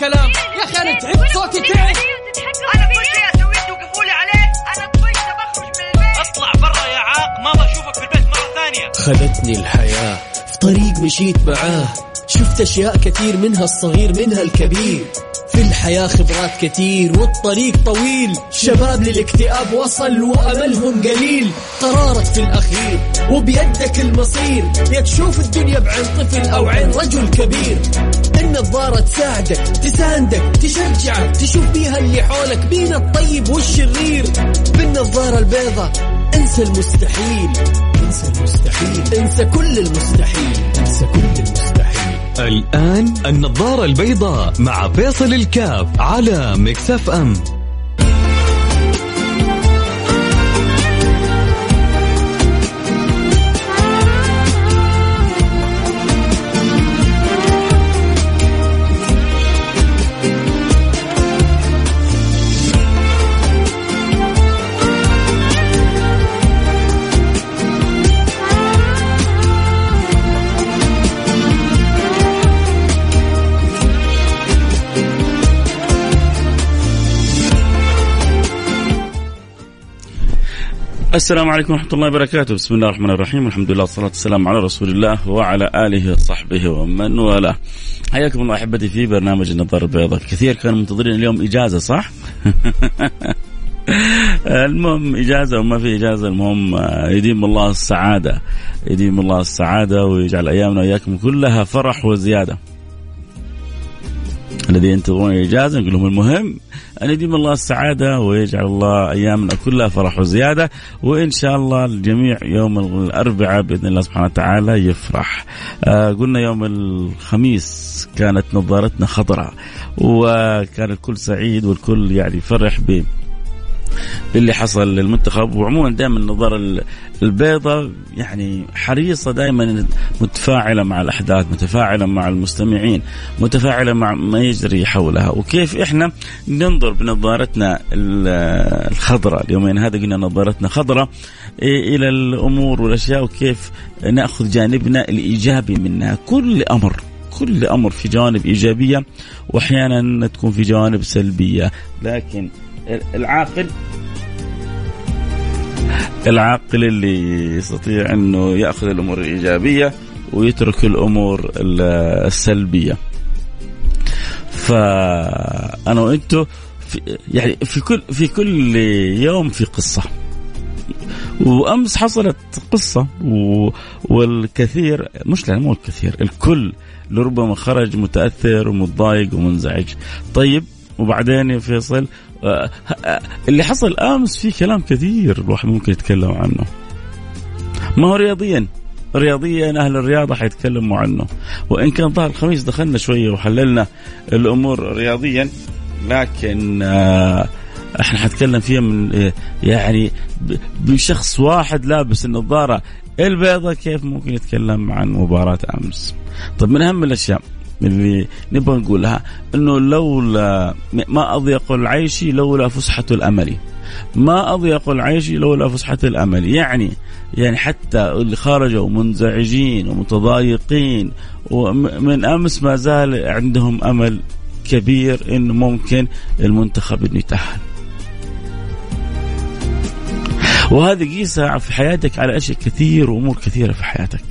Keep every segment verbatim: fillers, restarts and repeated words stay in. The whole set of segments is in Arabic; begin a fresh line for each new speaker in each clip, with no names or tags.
هالكلام يا أخي؟ أنا تعبت صوتي تعب.
أنا كل شيء أسويه توقفوا لي عليه. أنا طفيت بخرج من البيت.
أطلع برا يا عاق، ما بشوفك في البيت مرة ثانية.
خذتني الحياة في طريق مشيت معاه، شفت أشياء كثير منها الصغير منها الكبير. في الحياة خبرات كتير والطريق طويل، شباب للاكتئاب وصل وأملهم قليل. قرارك في الأخير وبيدك المصير، يا تشوف الدنيا بعين طفل أو عين رجل كبير. النظارة تساعدك تساندك تشجعك، تشوف بيها اللي حولك بين الطيب والشرير. بالنظارة البيضة انسى المستحيل، انسى المستحيل، انسى كل المستحيل، انسى كل المستحيل.
الآن النظارة البيضاء مع فيصل الكاف على ميكس اف ام.
السلام عليكم ورحمة الله وبركاته. بسم الله الرحمن الرحيم، الحمد لله والصلاة والسلام على رسول الله وعلى آله وصحبه ومن والاه. حياكم الله أحبتي في برنامج النظارة البيضاء. كثير كانوا منتظرين اليوم إجازة صح؟ المهم إجازة وما في إجازة، المهم يديم الله السعادة، يديم الله السعادة ويجعل أيامنا وإياكم كلها فرح وزيادة. الذي ينتظرون الإجازة نقول لهم المهم أن يديم الله السعادة ويجعل الله أيامنا كلها فرح وزيادة، وإن شاء الله الجميع يوم الأربعاء بإذن الله سبحانه وتعالى يفرح. آه قلنا يوم الخميس كانت نظارتنا خضراء وكان الكل سعيد والكل يعني فرح ب اللي حصل للمنتخب. وعموما دائما النظارة البيضاء يعني حريصة دائما متفاعلة مع الأحداث، متفاعلة مع المستمعين، متفاعلة مع ما يجري حولها، وكيف إحنا ننظر بنظارتنا الخضراء. اليومين هذا قلنا نظارتنا خضراء إلى الأمور والأشياء، وكيف نأخذ جانبنا الإيجابي منها. كل أمر كل أمر في جوانب إيجابية وأحيانا تكون في جوانب سلبية، لكن العاقل العاقل اللي يستطيع أنه يأخذ الأمور الإيجابية ويترك الأمور السلبية. فأنا وإنتو في يعني في كل في كل يوم في قصة، وأمس حصلت قصة والكثير مش لا مو الكثير الكل لربما خرج متأثر ومتضايق ومنزعج. طيب وبعدين يا فيصل اللي حصل أمس في كلام كثير الواحد ممكن يتكلم عنه، ما هو رياضيا رياضيا أهل الرياضة حيتكلموا عنه، وإن كان ظهر الخميس دخلنا شوية وحللنا الأمور رياضيا، لكن احنا حنتكلم فيها من يعني بشخص واحد لابس النظارة البيضاء كيف ممكن يتكلم عن مباراة أمس. طب من أهم الأشياء اللي نبغى نقولها إنه لولا ما أضيق العيش لولا فسحة الأمل، ما أضيق العيش لولا فسحة الأمل. يعني يعني حتى اللي خرجوا منزعجين ومتضايقين ومن أمس ما زال عندهم أمل كبير إنه ممكن المنتخب إنه يتأهل. وهذا قيسها في حياتك على أشياء كثير وأمور كثيرة في حياتك.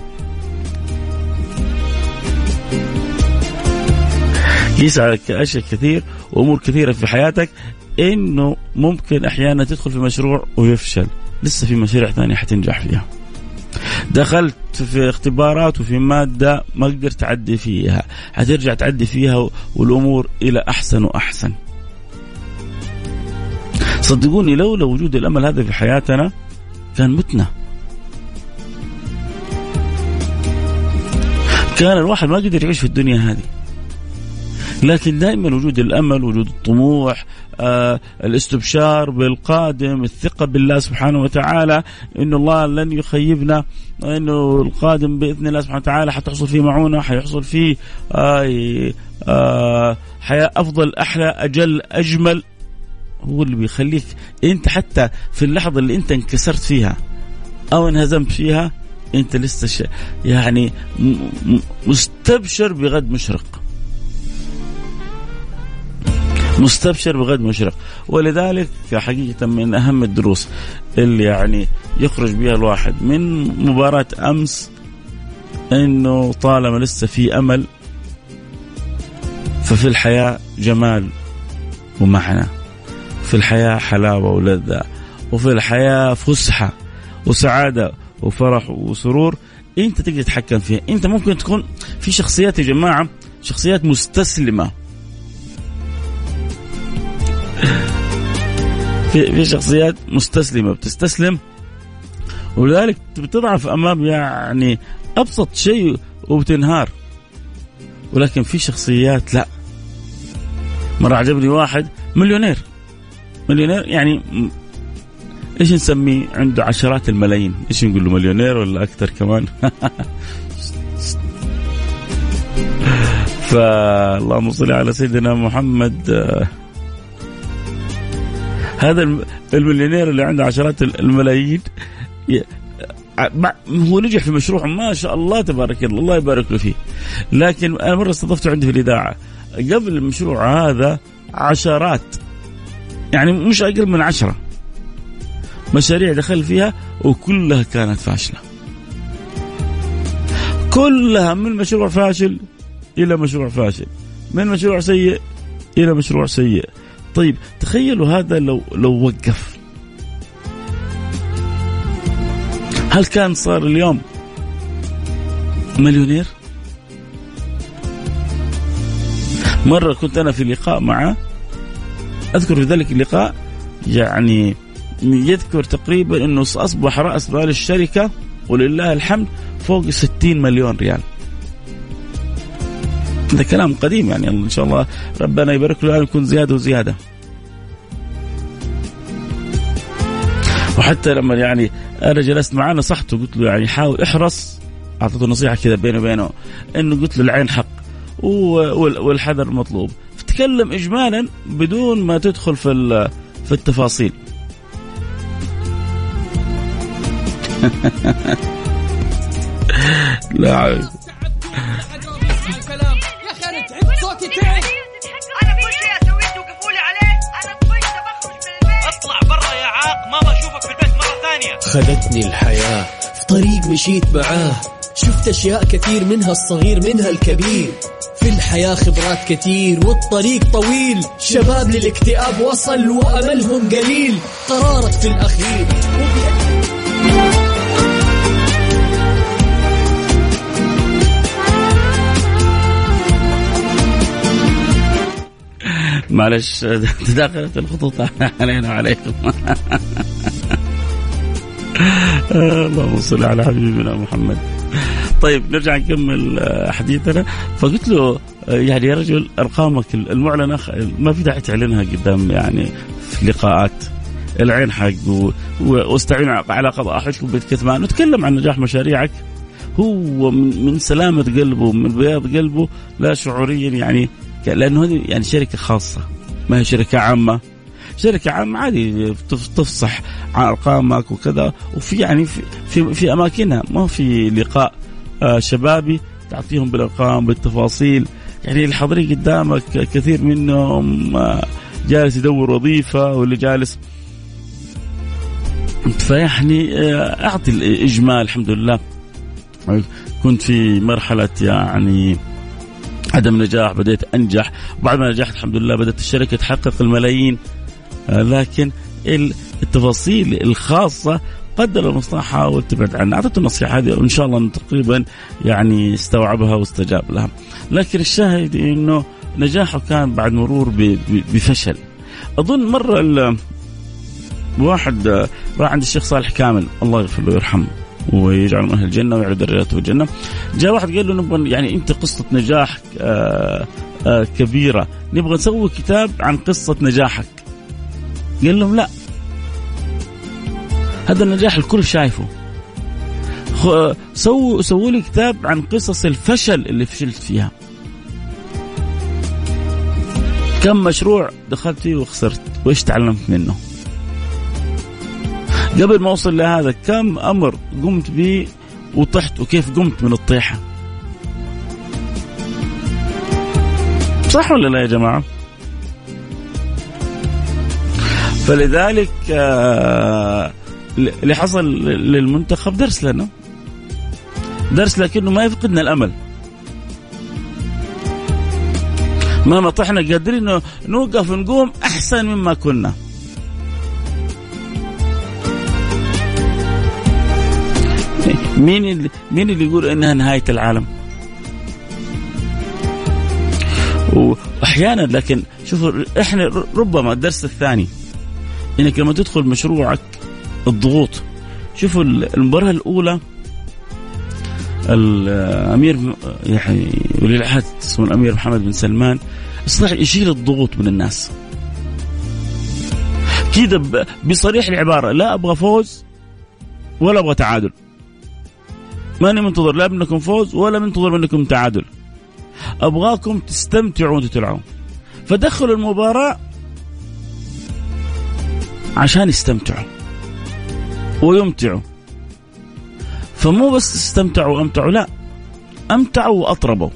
قيس على أشياء كثير وأمور كثيرة في حياتك، إنه ممكن أحيانا تدخل في مشروع ويفشل، لسه في مشاريع ثانية حتنجح فيها. دخلت في اختبارات وفي مادة ما قدرت تعدي فيها، حترجع تعدي فيها والأمور إلى أحسن وأحسن. صدقوني لولا وجود الأمل هذا في حياتنا كان متنا، كان الواحد ما قدر يعيش في الدنيا هذه. لكن دائما وجود الأمل، وجود الطموح، آه، الاستبشار بالقادم، الثقة بالله سبحانه وتعالى إن الله لن يخيبنا، إنه القادم بإذن الله سبحانه وتعالى حتحصل فيه معونة، حيحصل فيه آه آه حياة أفضل أحلى أجل أجمل، هو اللي بيخليك أنت حتى في اللحظة اللي أنت انكسرت فيها أو انهزمت فيها أنت لسه يعني مستبشر بغد مشرق. مستبشر بغد مشرق. ولذلك حقيقة من أهم الدروس اللي يعني يخرج بها الواحد من مباراة أمس إنه طالما لسه في أمل ففي الحياة جمال ومعنى، في الحياة حلاوة ولذة، وفي الحياة فسحة وسعادة وفرح وسرور انت تقدر تتحكم فيها. انت ممكن تكون في شخصيات يا جماعة شخصيات مستسلمة، في في شخصيات مستسلمة بتستسلم ولذلك بتضعف امام يعني ابسط شيء وبتنهار. ولكن في شخصيات لا. مرة عجبني واحد مليونير مليونير يعني ايش نسميه، عنده عشرات الملايين، ايش نقول له، مليونير ولا اكثر كمان؟ فاللهم صل على سيدنا محمد. هذا المليونير اللي عنده عشرات الملايين هو نجح في مشروع ما شاء الله تبارك الله، الله يبارك له فيه. لكن انا مره استضفته عندي في الاذاعه قبل المشروع هذا عشرات يعني مش اقل من عشرة مشاريع دخل فيها وكلها كانت فاشله، كلها من مشروع فاشل الى مشروع فاشل، من مشروع سيء الى مشروع سيء. طيب تخيلوا هذا لو لو وقف، هل كان صار اليوم مليونير؟ مرة كنت أنا في لقاء معه، أذكر في ذلك اللقاء يعني يذكر تقريبا أنه أصبح رأس مال الشركة ولله الحمد فوق ستين مليون ريال. هذا كلام قديم يعني إن شاء الله ربنا يبارك له يكون زيادة وزيادة. وحتى لما يعني أنا جلست معاه نصحته قلت له يعني حاول احرص، أعطيته نصيحة كذا بينه وبينه إنه قلت له العين حق والحذر مطلوب. فتكلم إجمالا بدون ما تدخل في في التفاصيل. لا
يا أخي أنا تعبت صوتي تعب.
انا كل شيء اسويه توقفوا لي عليه. انا طفشت بخرج من البيت.
اطلع برا يا عاق، ما بشوفك في البيت مرة ثانية.
خذتني الحياة في طريق مشيت معاه، شفت أشياء كثير منها الصغير منها الكبير. في الحياة خبرات كثير والطريق طويل، شباب للاكتئاب وصل وأملهم قليل. قرارك في الأخير
معلش تداخلت الخطوط علينا وعليكم. اللهم صل على حبيبنا محمد. طيب نرجع نكمل حديثنا. فقلت له يعني يا رجل أرقامك المعلنة ما في داعي تعلنها قدام يعني في لقاءات، العين حق واستعين على قضاء حجكم بالكتمان. نتكلم عن نجاح مشاريعك هو من سلامة قلبه من بياض قلبه لا شعوريا يعني، لأنه هذه يعني شركة خاصة ما هي شركة عامة. شركة عامة عادي تفصح عن أرقامك وكذا، وفي يعني في في, في أماكنها ما في لقاء آه شبابي تعطيهم بالأرقام بالتفاصيل. يعني الحاضرين قدامك كثير منهم آه جالس يدور وظيفة واللي جالس، فيعني آه أعطي الإجمال. الحمد لله كنت في مرحلة يعني عدم نجاح، بديت أنجح، بعد ما نجحت الحمد لله بدأت الشركة تحقق الملايين. آه لكن التفاصيل الخاصة قدر المصلحة حاول تبعد عنها. أعطيته النصيحة هذه وإن شاء الله تقريبا يعني استوعبها واستجاب لها. لكن الشاهد إنه نجاحه كان بعد مرور بفشل. أظن مرة واحد راح عند الشيخ صالح كامل الله يغفر له ويرحمه ويجعل من أهل الجنة ويعلى درجاته في الجنة. جاء واحد قال له نبغى يعني أنت قصة نجاح آآ آآ كبيرة، نبغى نسوي كتاب عن قصة نجاحك. قال لهم لا، هذا النجاح الكل شايفه، سووا سووا لي كتاب عن قصص الفشل اللي فشلت فيها. كم مشروع دخلت فيه وخسرت وإيش تعلمت منه. قبل ما أوصل لهذا كم أمر قمت به وطحت وكيف قمت من الطيحة. صح ولا لا يا جماعة؟ فلذلك آه اللي حصل للمنتخب درس لنا، درس لكنه ما يفقدنا الأمل. مهما طحنا قادرين نوقف ونقوم أحسن مما كنا. مين اللي مين اللي يقول إنها نهاية العالم؟ وأحيانا لكن شوفوا إحنا ربما الدرس الثاني إنك لما تدخل مشروعك الضغوط. شوفوا المباراة الأولى الأمير يعني ولي العهد اسمه الأمير محمد بن سلمان استطاع يشيل الضغوط من الناس كده بصريح العبارة: لا أبغى فوز ولا أبغى تعادل، ماني منتظر لا منكم فوز ولا منتظر منكم تعادل، أبغاكم تستمتعوا وانتوا تلعبوا. فدخلوا المباراة عشان يستمتعوا ويمتعوا، فمو بس استمتعوا وامتعوا، لا امتعوا واطربوا.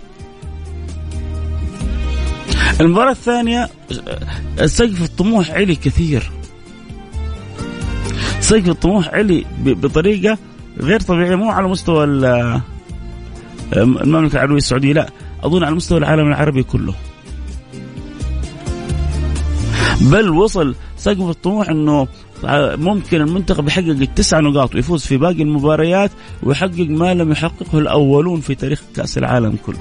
المباراة الثانية سقف الطموح علي كثير، سقف الطموح علي بطريقة غير طبيعية، مو على مستوى المملكة العربية السعودية، لا أظن على مستوى العالم العربي كله. بل وصل سقف الطموح أنه ممكن المنتخب يحقق التسع نقاط ويفوز في باقي المباريات ويحقق ما لم يحققه الأولون في تاريخ كأس العالم كله.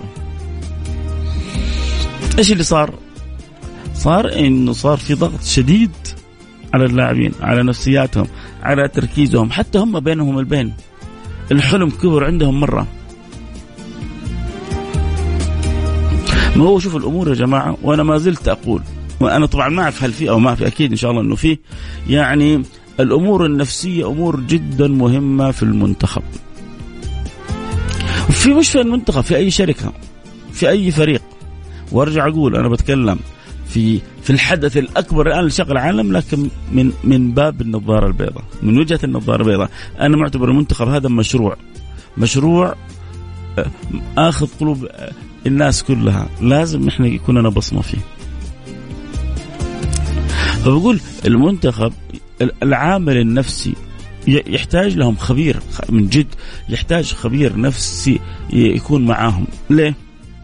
إيش اللي صار؟ صار إنه صار في ضغط شديد على اللاعبين، على نفسياتهم، على تركيزهم، حتى هم بينهم البين الحلم كبر عندهم مرة. ما هو شوف الأمور يا جماعة، وأنا ما زلت أقول، وأنا طبعا ما أعرف هل في أو ما في، أكيد إن شاء الله إنه في، يعني الأمور النفسية أمور جدا مهمة في المنتخب، في مش في المنتخب، في أي شركة، في أي فريق. وارجع أقول أنا بتكلم في في الحدث الأكبر الآن لشغل العالم، لكن من من باب النظارة البيضاء، من وجهة النظارة البيضاء. أنا معتبر المنتخب هذا مشروع، مشروع آخذ قلوب الناس كلها، لازم إحنا يكون لنا بصمة فيه. فبقول المنتخب العامل النفسي يحتاج لهم خبير من جد، يحتاج خبير نفسي يكون معاهم. ليه؟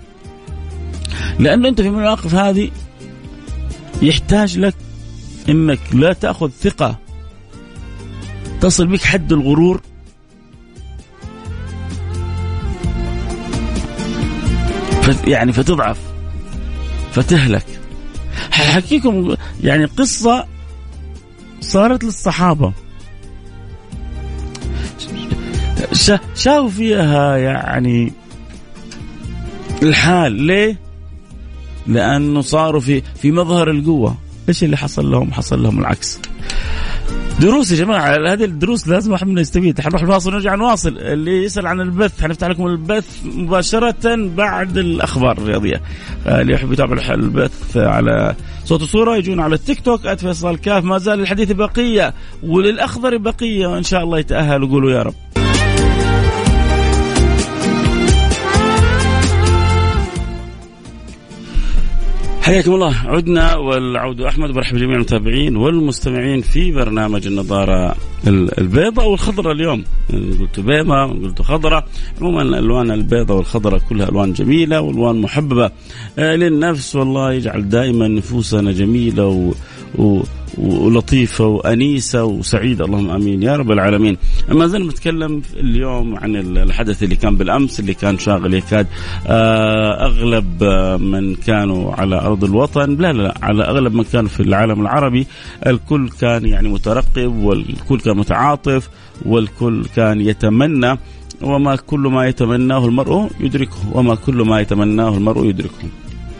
لأنه أنت في المواقف هذه يحتاج لك إنك لا تأخذ ثقة تصل بك حد الغرور، يعني فتضعف فتهلك. ححكيكم يعني قصة صارت للصحابة شافوا فيها يعني الحال. ليه؟ لأنه صاروا في في مظهر القوة. إيش اللي حصل لهم؟ حصل لهم العكس. دروس يا جماعة، هذه الدروس لازم احنا نستفيد. حنروح الفاصل ونرجع نواصل. اللي يسأل عن البث حنفتح لكم البث مباشرة بعد الأخبار الرياضية. اللي يحب يتابع البث على صوت وصورة يجون على التيك توك @فيصل كاف. ما زال الحديث بقية وللأخضر بقية، وإن شاء الله يتأهل وقولوا يا رب. حياكم الله. عدنا والعود أحمد. برحب بجميع المتابعين والمستمعين في برنامج النظارة البيضاء والخضراء. اليوم قلت بيضاء قلت خضراء. عموما الألوان البيضاء والخضراء كلها ألوان جميلة وألوان محببة للنفس، والله يجعل دائما نفوسنا جميلة و... و... ولطيفة وأنيسة وسعيدة، اللهم آمين يا رب العالمين. ما زلنا نتكلم اليوم عن الحدث اللي كان بالأمس، اللي كان شاغل يكاد أغلب من كانوا على أرض الوطن، لا لا على أغلب من كانوا في العالم العربي. الكل كان يعني مترقب، والكل كان متعاطف، والكل كان يتمنى، وما كل ما يتمناه المرء يدركه، وما كل ما يتمناه المرء يدركه.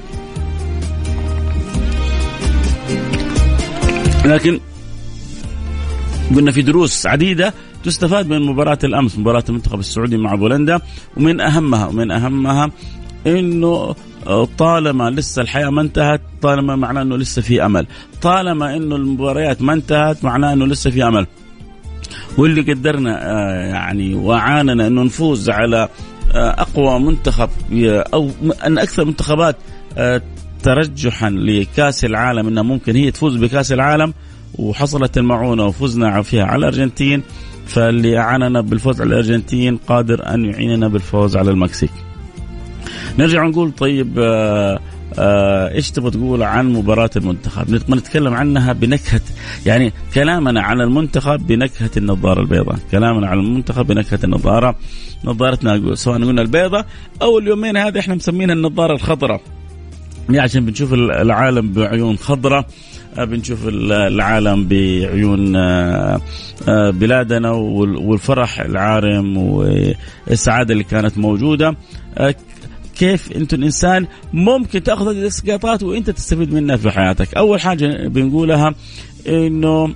لكن قلنا في دروس عديدة تستفاد من مباراة الأمس، مباراة المنتخب السعودي مع بولندا. ومن أهمها ومن أهمها إنه طالما لسه الحياة ما انتهت، طالما معناه إنه لسه في أمل، طالما إنه المباريات ما انتهت معناه إنه لسه في أمل. واللي قدرنا يعني وعاننا إنه نفوز على أقوى منتخب أو أن أكثر منتخبات ترجحا لكأس العالم، إنها ممكن هي تفوز بكأس العالم، وحصلت المعونة وفزنا فيها على الأرجنتين، فاللي أعاننا بالفوز على الأرجنتين قادر أن يعيننا بالفوز على المكسيك. نرجع نقول طيب آه آه إيش تبغى تقول عن مباراة المنتخب؟ نبغى نتكلم عنها بنكهة، يعني كلامنا عن المنتخب بنكهة النظارة البيضاء، كلامنا عن المنتخب بنكهة النظارة، نظارتنا سواء قلنا البيضاء أو اليومين هذه إحنا مسمينها النظارة الخضراء، يعني عشان بنشوف العالم بعيون خضراء، بنشوف العالم بعيون بلادنا والفرح العارم والسعادة اللي كانت موجودة. كيف أنت الإنسان ممكن تأخذ هذه الإسقاطات وأنت تستفيد منها في حياتك؟ أول حاجة بنقولها إنه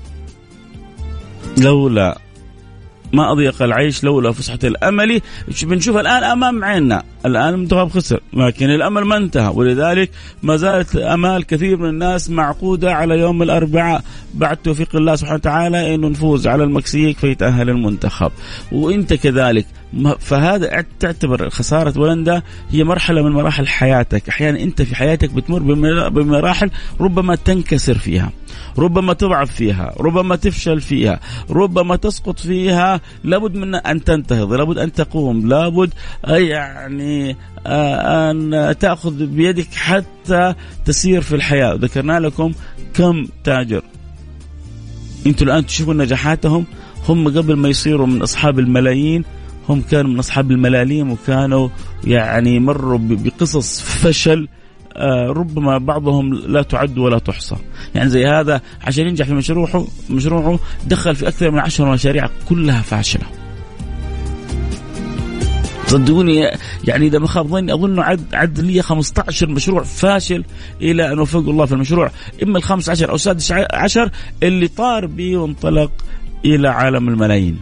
لولا ما أضيق العيش لولا فسحة الأمل. بنشوف الآن أمام عيننا، الآن المنتخب خسر لكن الأمل ما انتهى، ولذلك ما زالت أمال كثير من الناس معقودة على يوم الأربعاء بعد توفيق الله سبحانه وتعالى إنه نفوز على المكسيك فيتأهل المنتخب، وإنت كذلك. فهذا تعتبر خسارة بولندا هي مرحلة من مراحل حياتك. أحيانا أنت في حياتك بتمر بمراحل ربما تنكسر فيها، ربما تضعف فيها، ربما تفشل فيها، ربما تسقط فيها، لابد من أن تنتهض، لابد أن تقوم، لابد يعني أن تأخذ بيدك حتى تسير في الحياة. ذكرنا لكم كم تاجر أنتوا الآن تشوفوا نجاحاتهم، هم قبل ما يصيروا من أصحاب الملايين هم كانوا من أصحاب الملاليم، وكانوا يعني مروا بقصص فشل آه ربما بعضهم لا تعد ولا تحصى. يعني زي هذا عشان ينجح في مشروعه مشروعه دخل في أكثر من عشر مشاريع كلها فاشلة. صدقوني يعني إذا ما خاب ظني أظن عد عد لي خمسة عشر مشروع فاشل إلى أن وفق الله في المشروع، إما الخمس عشر أو السادس عشر اللي طار به وانطلق إلى عالم الملايين.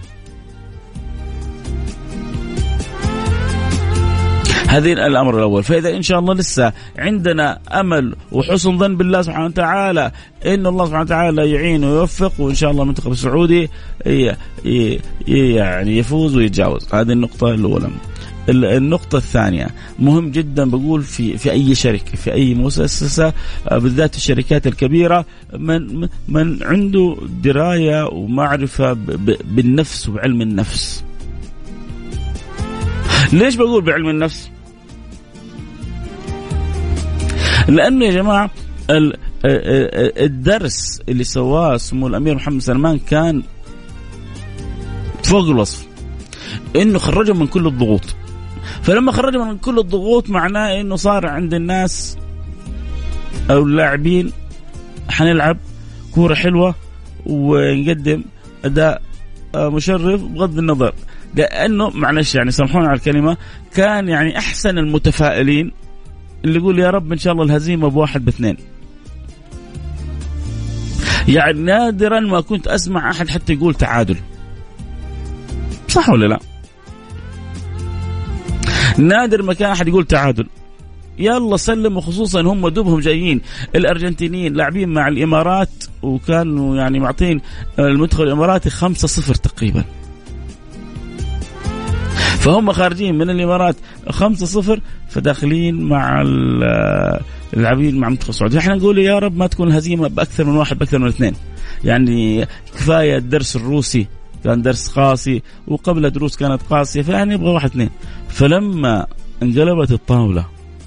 هذه الأمر الأول. فإذا إن شاء الله لسه عندنا أمل وحسن ظن بالله سبحانه وتعالى إن الله سبحانه وتعالى يعين ويوفق، وإن شاء الله المنتخب السعودي يعني يفوز ويتجاوز. هذه النقطة الأولى. النقطة الثانية مهم جدا بقول في في أي شركة في أي مؤسسة بالذات الشركات الكبيرة من من عنده دراية ومعرفة بالنفس وبعلم النفس. ليش بقول بعلم النفس؟ لأنه يا جماعة الدرس اللي سواه سمو الأمير محمد سلمان كان فوق الوصف، إنه خرجهم من كل الضغوط. فلما خرجهم من كل الضغوط معناه إنه صار عند الناس أو اللاعبين حنلعب كورة حلوة ونقدم أداء مشرف بغض النظر، لأنه معلش يعني سامحونا على الكلمة كان يعني أحسن المتفائلين اللي يقول يا رب إن شاء الله الهزيمة بواحد باثنين. يعني نادرا ما كنت أسمع أحد حتى يقول تعادل، صح ولا لا؟ نادر ما كان أحد يقول تعادل، يلا سلم. وخصوصا هم دوبهم جايين الأرجنتينيين لاعبين مع الإمارات وكانوا يعني معطين المنتخب الإماراتي خمسة صفر تقريبا، فهم خارجين من الإمارات خمسة صفر فداخلين مع اللاعبين مع منتخب السعودية. احنا نقول يا رب ما تكون الهزيمة بأكثر من واحد بأكثر من اثنين. يعني كفاية الدرس الروسي كان درس قاسي وقبل دروس كانت قاسية، فيعني يبغى واحد اثنين. فلما انقلبت الطاولة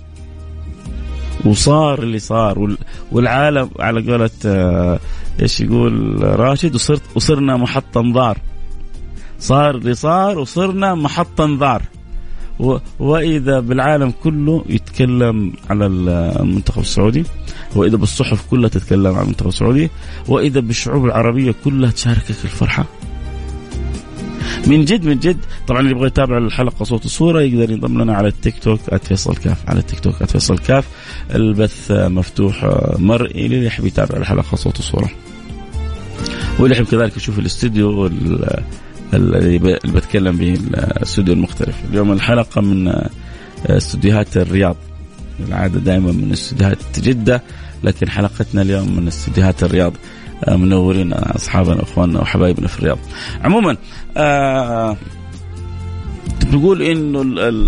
وصار اللي صار والعالم على قولة ايش يقول راشد وصرت وصرنا محط انظار، صار اللي صار وصرنا محط انظار، وإذا بالعالم كله يتكلم على المنتخب السعودي، وإذا بالصحف كلها تتكلم عن المنتخب السعودي، وإذا بالشعوب العربية كلها تشاركك الفرحة. من جد من جد. طبعا اللي يبغى يتابع الحلقة صوت وصورة يقدر ينضم لنا على التيك توك @فيصل كاف، على التيك توك @فيصل كاف. البث مفتوح مرئي اللي يحب يتابع الحلقة صوت وصورة، واللي يحب كذلك يشوف الاستوديو اللي بتكلم به، الاستوديو المختلف. اليوم الحلقة من استوديوهات الرياض، العادة دائما من استوديوهات جدة، لكن حلقتنا اليوم من استوديوهات الرياض. منورين أصحابنا وأخواننا وحبايبنا في الرياض. عموما آه بيقول إنه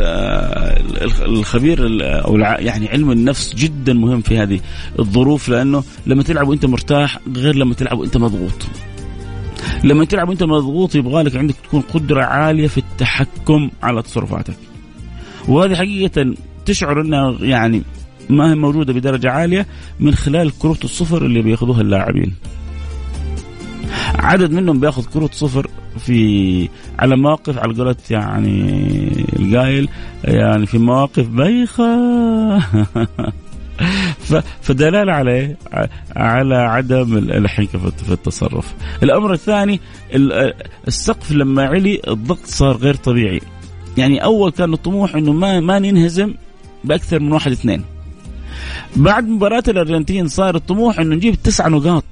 الخبير أو يعني علم النفس جدا مهم في هذه الظروف، لأنه لما تلعب وأنت مرتاح غير لما تلعب وأنت مضغوط. لما تلعب وأنت مضغوط يبغالك عندك تكون قدرة عالية في التحكم على تصرفاتك، وهذه حقيقة تشعر أنها يعني ما هي موجودة بدرجة عالية من خلال كروت الصفر اللي بياخذوها اللاعبين. عدد منهم بياخذ كروت صفر في على مواقف على قولة يعني القائل يعني في مواقف بايخة فدلالة عليه على عدم الحنكة في التصرف. الأمر الثاني السقف لما علي الضغط صار غير طبيعي. يعني أول كان الطموح إنه ما ما ننهزم بأكثر من واحد اثنين. بعد مباراة الأرجنتين صار الطموح إنه نجيب تسع نقاط.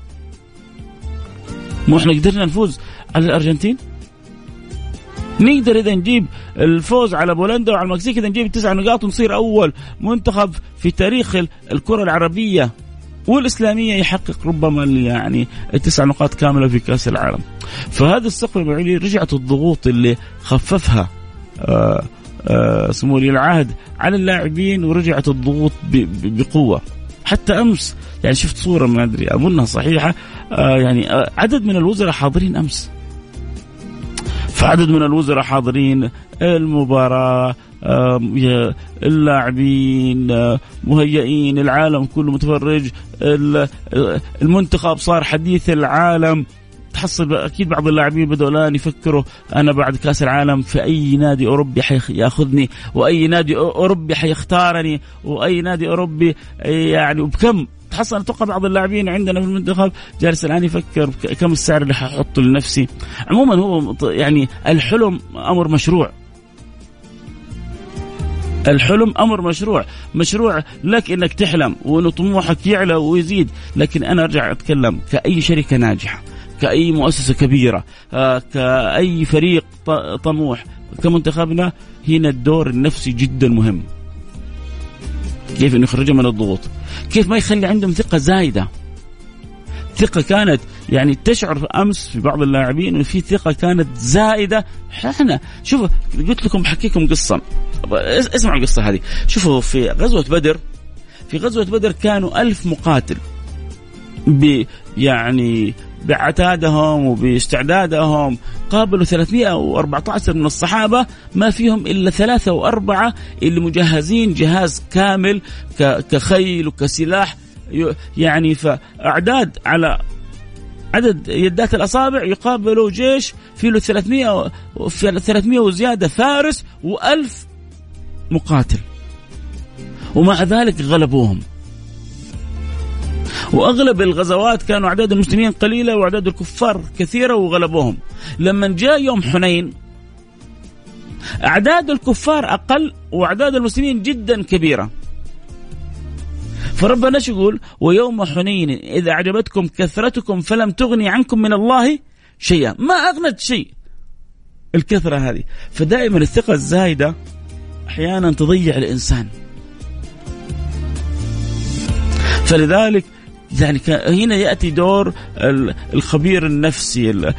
مو إحنا قدرنا نفوز على الأرجنتين؟ نقدر إذا نجيب الفوز على بولندا وعلى المكسيك إذا نجيب تسع نقاط ونصير أول منتخب في تاريخ الكرة العربية والإسلامية يحقق ربما يعني التسع نقاط كاملة في كأس العالم. فهذا السقف المعلي رجعت الضغوط اللي خففها آآ آآ سمو ولي العهد على اللاعبين، ورجعت الضغوط بقوة. حتى أمس يعني شفت صورة ما أدري أظنها صحيحة، يعني عدد من الوزراء حاضرين أمس، فعدد من الوزراء حاضرين المباراة، اللاعبين مهيئين، العالم كله متفرج، المنتخب صار حديث العالم. تحصل أكيد بعض اللاعبين بدأوا الآن يفكروا أنا بعد كأس العالم في أي نادي أوروبي حياخذني، وأي نادي أوروبي حيختارني، وأي نادي أوروبي يعني وبكم. تحصل أتوقع بعض اللاعبين عندنا في المنتخب جالس الآن يفكر كم السعر اللي ححطه لنفسي. عموما هو يعني الحلم أمر مشروع، الحلم أمر مشروع مشروع لك إنك تحلم وإنه طموحك يعلى ويزيد. لكن أنا أرجع أتكلم كأي شركة ناجحة، كأي مؤسسة كبيرة، كأي فريق طموح، كمنتخبنا، هنا الدور النفسي جدا مهم. كيف إنه يخرجهم من الضغوط، كيف ما يخلي عندهم ثقة زايدة. ثقة كانت يعني تشعر أمس في بعض اللاعبين إنه في ثقة كانت زائدة. إحنا شوفوا قلت لكم بحكيكم قصة، اسمعوا القصة هذه. شوفوا في غزوة بدر، في غزوة بدر كانوا ألف مقاتل ب يعني بعتادهم وباستعدادهم، قابلوا ثلاثمائة وأربعة عشر من الصحابة، ما فيهم إلا ثلاثة وأربعة اللي مجهزين جهاز كامل كخيل وكسلاح. يعني فأعداد على عدد يدات الأصابع يقابلوا جيش فيه له ثلاثمائة ثلاثمائة وزيادة فارس وألف مقاتل، ومع ذلك غلبوهم. وأغلب الغزوات كانوا أعداد المسلمين قليلة وأعداد الكفار كثيرة وغلبوهم. لما جاء يوم حنين أعداد الكفار أقل وأعداد المسلمين جدا كبيرة. فربنا يقول ويوم حنين إذا أعجبتكم كثرتكم فلم تغني عنكم من الله شيئا. ما أغنت شيء الكثرة هذه. فدائما الثقة الزايدة أحيانا تضيع الإنسان. فلذلك يعني هنا يأتي دور الخبير النفسي،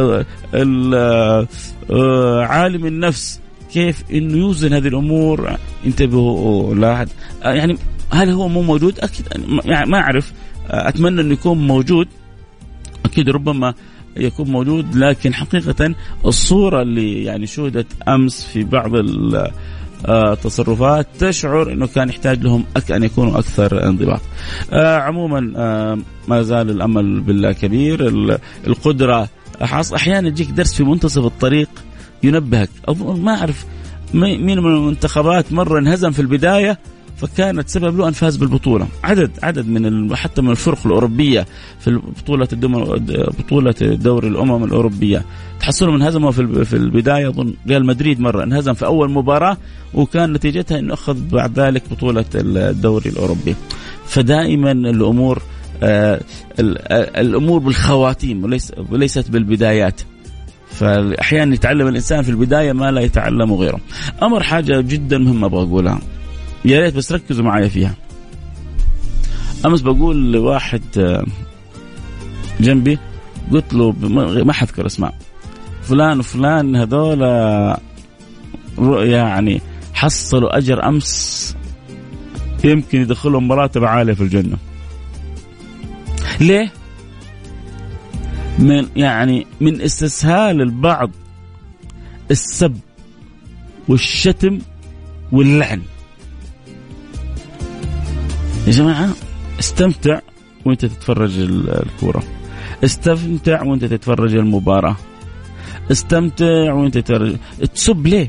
عالم النفس، كيف إنه يوزن هذه الأمور. انتبهوا لا يعني هل هو مو موجود؟ أكيد يعني ما أعرف، أتمنى أنه يكون موجود، أكيد ربما يكون موجود. لكن حقيقة الصورة اللي يعني شهدت أمس في بعض التصرفات تشعر أنه كان يحتاج لهم أن يكونوا أكثر انضباط. عموما ما زال الأمل بالله كبير. القدرة أحيانا يجيك درس في منتصف الطريق ينبهك. ما أعرف مين من المنتخبات مرة انهزم في البداية فكانت سبب له أن فاز بالبطولة. عدد عدد من حتى من الفرق الأوروبية في بطولة بطولة دوري الأمم الأوروبية تحصلوا من هزموا في البداية. أظن ريال مدريد مرة انهزم في أول مباراة وكان نتيجتها إنه أخذ بعد ذلك بطولة الدوري الأوروبي. فدائما الأمور آه الأمور بالخواتيم وليس وليست بالبدايات. فأحيانا يتعلم الإنسان في البداية ما لا يتعلمه غيره. أمر حاجة جدا مهمة أبغى أقولها، يا ريت بس ركزوا معايا فيها. أمس بقول لواحد جنبي قلت له ما حذكر اسماء فلان وفلان، هذول يعني حصلوا أجر أمس يمكن يدخلهم مراتب عالية في الجنة. ليه؟ من يعني من استسهال البعض السب والشتم واللعن. يا جماعة استمتع وانت تتفرج الكورة، استمتع وانت تتفرج المباراة، استمتع وانت تتفرج. تسب ليه؟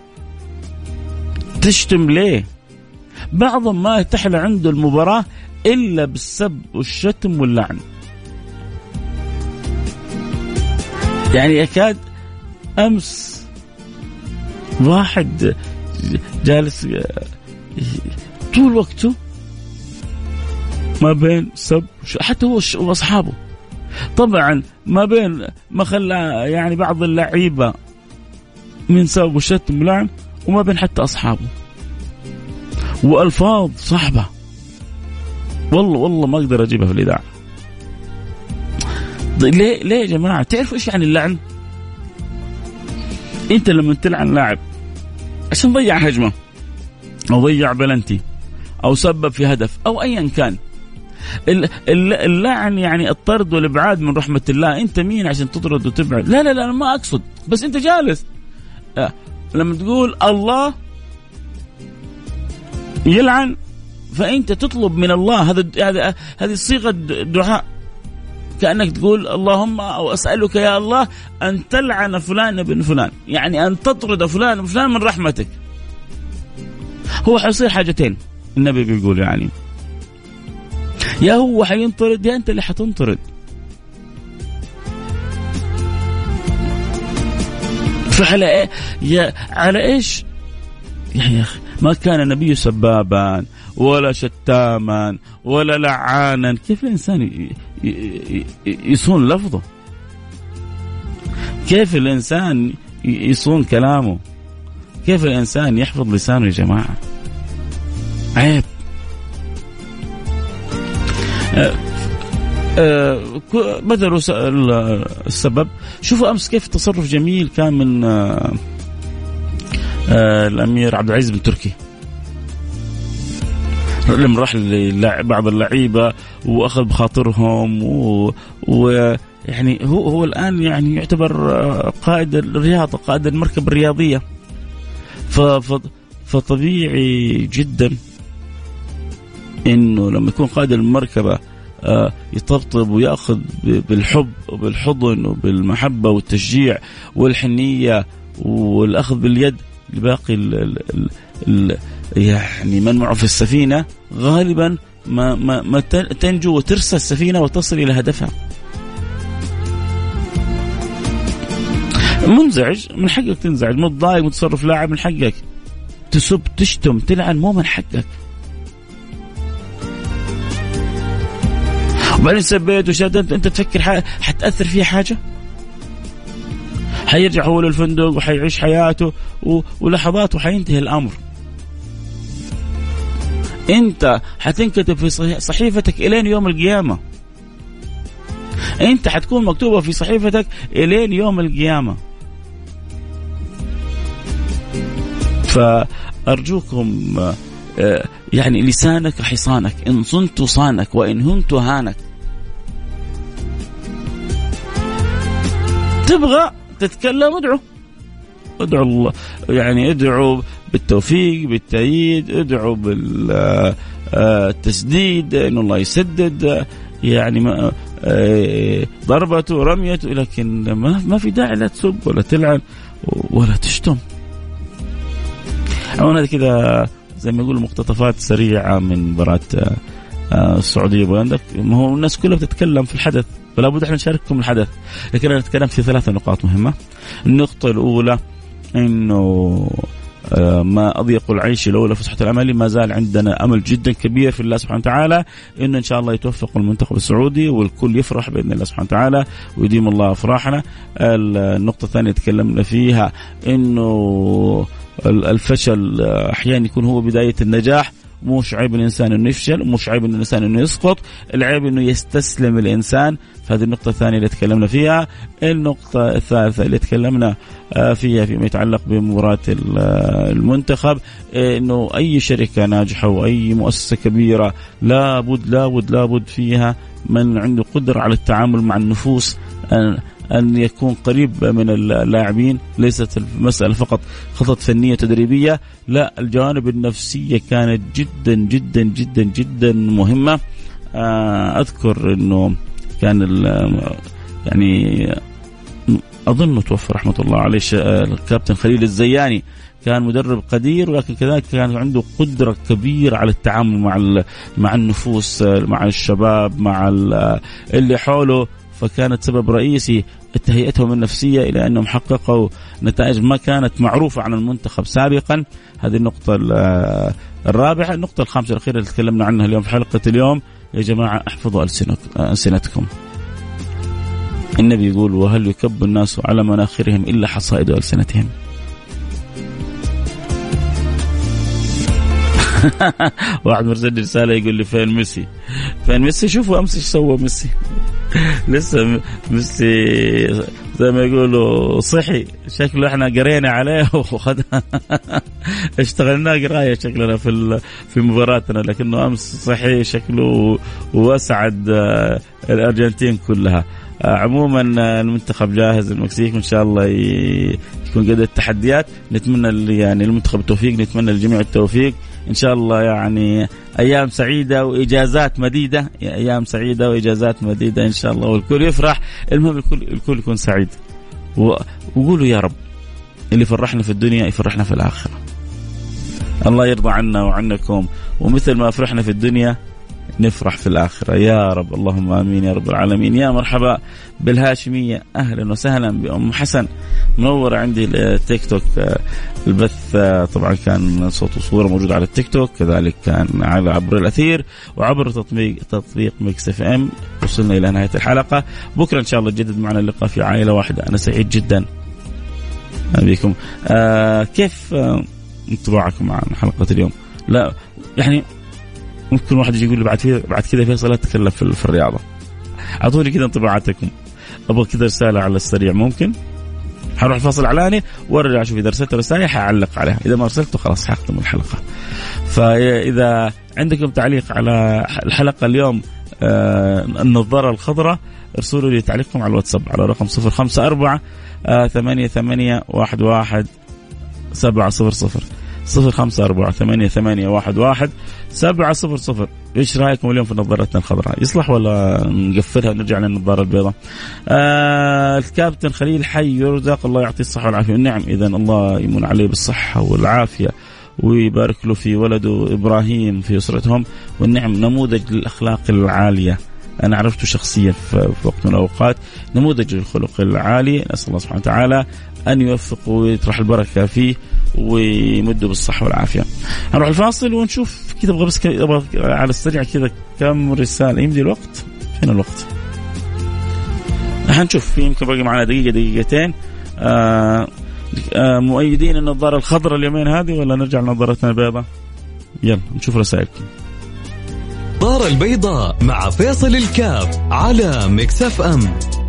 تشتم ليه؟ بعضهم ما تحلى عنده المباراة إلا بالسب والشتم واللعن. يعني يكاد أمس واحد جالس طول وقته ما بين سب حتى هو وأصحابه، طبعا ما بين ما خلى يعني بعض اللعيبة من سب وشتم ولعن، وما بين حتى أصحابه، وألفاظ صعبة والله والله ما أقدر أجيبها في الإذاعة. ليه ليه يا جماعة؟ تعرفوا إيش يعني اللعن؟ أنت لما تلعن لاعب عشان ضيع هجمة أو ضيع بلنتي أو سبب في هدف أو أيا كان، اللعن يعني الطرد والإبعاد من رحمة الله. أنت مين عشان تطرد وتبعد؟ لا لا لا أنا ما أقصد، بس أنت جالس لما تقول الله يلعن فأنت تطلب من الله، هذا هذا هذه صيغة دعاء، كأنك تقول اللهم أو أسألك يا الله أن تلعن فلان بن فلان، يعني أن تطرد فلان فلان من رحمتك. هو حيصير حاجتين النبي بيقول، يعني يا هو حينطرد يا أنت اللي حتنطرد. فعلى إيه يا على إيش يا أخي؟ ما كان النبي سبابا ولا شتاما ولا لعانا. كيف الإنسان يصون لفظه؟ كيف الإنسان يصون كلامه؟ كيف الإنسان يحفظ لسانه يا جماعة؟ عيب. أه أه بدلوا السبب. شوفوا أمس كيف تصرف جميل كان من أه أه الأمير عبد العزيز بن تركي لما راح لبعض اللعيبة وأخذ بخاطرهم ويعني هو هو الآن يعني يعتبر قائد الرياضة، قائد المركب الرياضية. فطبيعي جدا إنه لما يكون قائد المركبة يطبطب ويأخذ بالحب وبالحضن وبالمحبة والتشجيع والحنية والأخذ باليد لباقي ال ال ال يعني من معه في السفينة، غالبا ما, ما, ما تنجو وترسى السفينة وتصل إلى هدفها. منزعج من حقك تنزعج، متضايق متصرف لاعب من حقك تسب تشتم تلعن، مو من حقك. وبعدين سبيت وشدت، أنت تفكر حتأثر فيه حاجة؟ حيرجع هو للفندق وحيعيش حياته ولحظات وحينتهي الأمر. أنت حتنكتب في صحيفتك إلين يوم القيامة، أنت حتكون مكتوبة في صحيفتك إلين يوم القيامة. فأرجوكم يعني لسانك حصانك، إن صنت صانك وإن هنت هانك. تبغى تتكلم ادعو ادعو الله، يعني ادعو بالتوفيق بالتأييد، ادعو بالتسديد إن الله يسدد، يعني ما ضربته رميته، لكن ما ما في داعي لا تسب ولا تلعن ولا تشتم. هذا كذا زي ما يقول مقتطفات سريعة من مباراة السعودية وبولندا. ما هو الناس كلها بتتكلم في الحدث، فلا بد احنا نشارككم الحدث، لكن أنا أتكلم في ثلاثة نقاط مهمة. النقطة الأولى إنه ما أضيق العيش لولا فسحة الأمل. ما زال عندنا أمل جدا كبير في الله سبحانه وتعالى إنه إن شاء الله يتوفق المنتخب السعودي والكل يفرح بإذن الله سبحانه وتعالى ويديم الله أفراحنا. النقطة الثانية تكلمنا فيها إنه الفشل أحيانا يكون هو بداية النجاح، مش عيب الإنسان إنه يفشل، مش عيب إنه الإنسان إنه يسقط، العيب إنه يستسلم الإنسان. فهذه النقطة الثانية اللي تكلمنا فيها. النقطة الثالثة اللي تكلمنا فيها فيما يتعلق بمباراة المنتخب، إنه أي شركة ناجحة وأي مؤسسة كبيرة لابد لابد لابد فيها من عنده قدرة على التعامل مع النفوس، أن يكون قريب من اللاعبين. ليست المسألة فقط خطط فنية تدريبية، لا، الجوانب النفسية كانت جدا جدا جدا جدا مهمة. أذكر أنه كان يعني أظن توفى رحمة الله عليه الكابتن خليل الزياني، كان مدرب قدير، ولكن كذلك كان عنده قدرة كبيرة على التعامل مع مع النفوس، مع الشباب، مع اللي حوله. فكانت سبب رئيسي تهيئتهم النفسية إلى أنهم حققوا نتائج ما كانت معروفة عن المنتخب سابقا. هذه النقطة الرابعة. النقطة الخامسة الأخيرة اللي تكلمنا عنها اليوم في حلقة اليوم، يا جماعة احفظوا ألسنتكم. النبي يقول: وهل يكب الناس على مناخرهم إلا حصائد ألسنتهم. واحد مرسل رسالة يقول لي: فين ميسي؟ فين ميسي؟ شوفوا أمس إيش سوى ميسي. لسه ميسي زي ما يقولوا صحي، شكله احنا قرينا عليه وخدنا اشتغلنا قرايه شكلنا في في مباراتنا، لكنه امس صحي شكله واسعد الارجنتين كلها. عموما المنتخب جاهز، المكسيك ان شاء الله يكون قد التحديات. نتمنى يعني المنتخب التوفيق، نتمنى للجميع التوفيق ان شاء الله. يعني ايام سعيده واجازات مديده، ايام سعيده واجازات مديده ان شاء الله، والكل يفرح. المهم الكل الكل يكون سعيد، وقولوا يا رب اللي فرحنا في الدنيا يفرحنا في الاخره. الله يرضى عنا وعنكم، ومثل ما فرحنا في الدنيا نفرح في الآخرة يا رب. اللهم آمين يا رب العالمين. يا مرحبا بالهاشمية، أهلا وسهلا بأم حسن، منورة عندي التيك توك. البث طبعا كان صوت وصورة موجود على التيك توك، كذلك كان على عبر الأثير وعبر تطبيق تطبيق ميكس اف ام. وصلنا إلى نهاية الحلقة. بكرة إن شاء الله تجدد معنا اللقاء في عائلة واحدة. أنا سعيد جدا بكم. آه كيف آه انطباعكم عن حلقة اليوم؟ لا يعني ممكن واحد يجي يقول لي بعد فيه بعد كذا فيصل لا تتكلم في, في الرياضة. أعطوني كذا انطباعاتكم، أبغى كذا رسالة على السريع. ممكن حروح الفاصل إعلاني وارجع أشوف إذا رسلت رسالة حأعلق عليها، إذا ما رسلته خلاص حختم الحلقة. فإذا عندكم تعليق على الحلقة اليوم آه النظارة الخضراء، ارسلوا لي تعليقكم على الواتساب على رقم صفر خمسة أربعة ثمانية ثمانية واحد واحد سبعة صفر صفر صفر خمسة أربعة ثمانية ثمانية واحد واحد سبعة صفر صفر. إيش رأيكم اليوم في نظارتنا الخضراء؟ يصلح ولا نقفلها ونرجع للنظارة البيضاء؟ آه الكابتن خليل حي يرزق، الله يعطيه الصحة والعافية. النعم، إذا الله يمن عليه بالصحة والعافية ويبارك له في ولده إبراهيم في أسرتهم. والنعم نموذج للأخلاق العالية، أنا عرفته شخصيا في وقت من الأوقات، نموذج للخلق العالي. نسأل الله سبحانه وتعالى أن يوفق ويطرح البركة فيه ويمده بالصحة والعافية. هنروح الفاصل ونشوف كذا. أبغى بس أبغى على السريع كذا كم رسالة. يمدي الوقت؟ فين الوقت؟ هنشوف، يمكن باقي معنا دقيقة دقيقتين. آه آه مؤيدين النظارة الخضراء اليومين هذه ولا نرجع لنظارتنا البيضاء؟ يلا نشوف رسائلكم.
النظارة البيضاء مع فيصل الكاف على ميكس اف ام.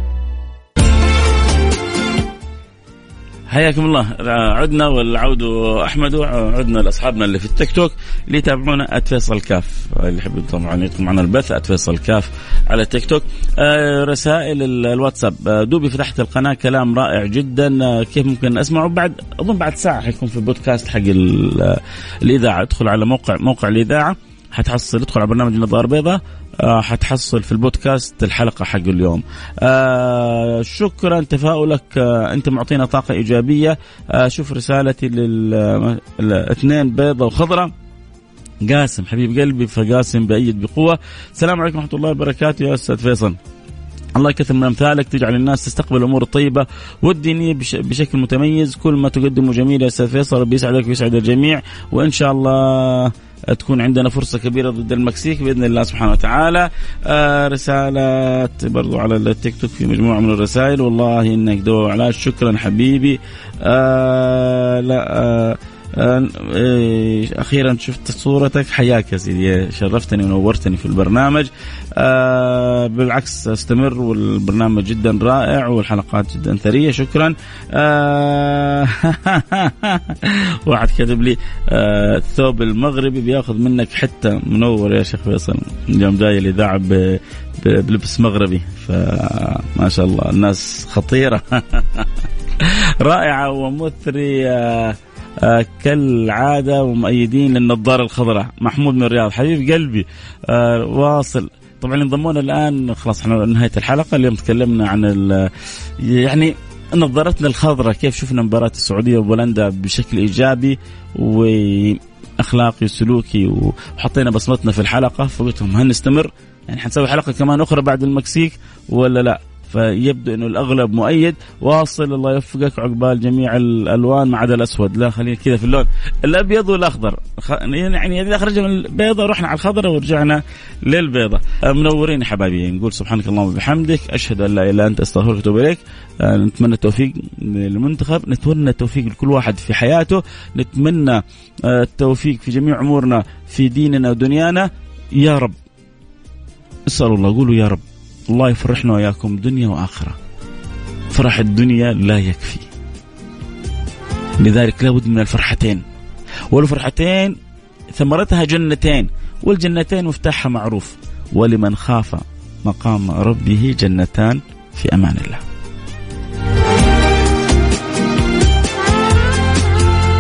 حياكم الله. عدنا والعود أحمد، عدنا لأصحابنا اللي في التيك توك اللي يتابعونا @فيصل كاف، اللي يحب طبعا يدخل معنا البث @فيصل كاف على التيك توك. آه رسائل الواتساب، آه دوبي فتحت القناة، كلام رائع جدا. آه كيف ممكن أسمعه؟ بعد أظن بعد ساعة حيكون في بودكاست حق الإذاعة. ادخل على موقع موقع الإذاعة حتحصل، ادخل على برنامج النظارة البيضاء آه حتحصل في البودكاست الحلقة حق اليوم. آه شكرا تفاؤلك، آه انت معطينا طاقة إيجابية. آه شوف رسالتي للاثنين بيضة وخضرة. قاسم حبيب قلبي، فقاسم بأيد بقوة. السلام عليكم ورحمة الله وبركاته يا أستاذ فيصل، الله يكثر من أمثالك، تجعل الناس تستقبل الأمور الطيبة والدينية بشكل متميز. كل ما تقدمه جميل يا أستاذ فيصل، ربي يسعدك ويسعد الجميع، وإن شاء الله تكون عندنا فرصة كبيرة ضد المكسيك بإذن الله سبحانه وتعالى. آه رسالات برضو على التيك توك في مجموعة من الرسائل. والله إنك دو علاج، شكرا حبيبي. آه لا آه أخيرا شفت صورتك، حياك يا سيدي، شرفتني ونورتني في البرنامج. أه بالعكس استمر، والبرنامج جدا رائع والحلقات جدا ثرية، شكرا. أه واحد كتب لي أه الثوب المغربي بياخذ منك حتى، منور يا شيخ فيصل، اليوم جاي الإذاعة بلبس مغربي، فما شاء الله الناس خطيرة. رائعة ومثرية آه كالعادة، ومؤيدين للنظارة الخضراء. محمود من الرياض حبيب قلبي آه واصل. طبعا انضمونا الآن، خلاص احنا نهاية الحلقة. اليوم تكلمنا عن يعني نظارتنا الخضراء، كيف شفنا مباراة السعودية وبولندا بشكل إيجابي وأخلاقي وسلوكي، وحطينا بصمتنا في الحلقة. فقلتهم هل نستمر؟ يعني حنسوي حلقة كمان أخرى بعد المكسيك ولا لا؟ فيبدو انه الاغلب مؤيد. واصل الله يوفقك، عقبال جميع الالوان ما عدا الاسود، لا خلينا كذا في اللون الابيض والاخضر، يعني اذا خرجنا من البيضه رحنا على الخضره ورجعنا للبيضه. منورين يا حبايبي، نقول سبحانك اللهم وبحمدك، اشهد ان لا اله الا انت، استغفرك واتوب اليك. نتمنى التوفيق للمنتخب، نتمنى التوفيق لكل واحد في حياته، نتمنى التوفيق في جميع امورنا في ديننا ودنيانا يا رب. اسال الله، قولوا يا رب الله يفرحنا وياكم دنيا وآخرة. فرح الدنيا لا يكفي، لذلك لابد من الفرحتين، والفرحتين ثمرتها جنتين، والجنتين مفتاحها معروف، ولمن خاف مقام ربه جنتان، في أمان الله.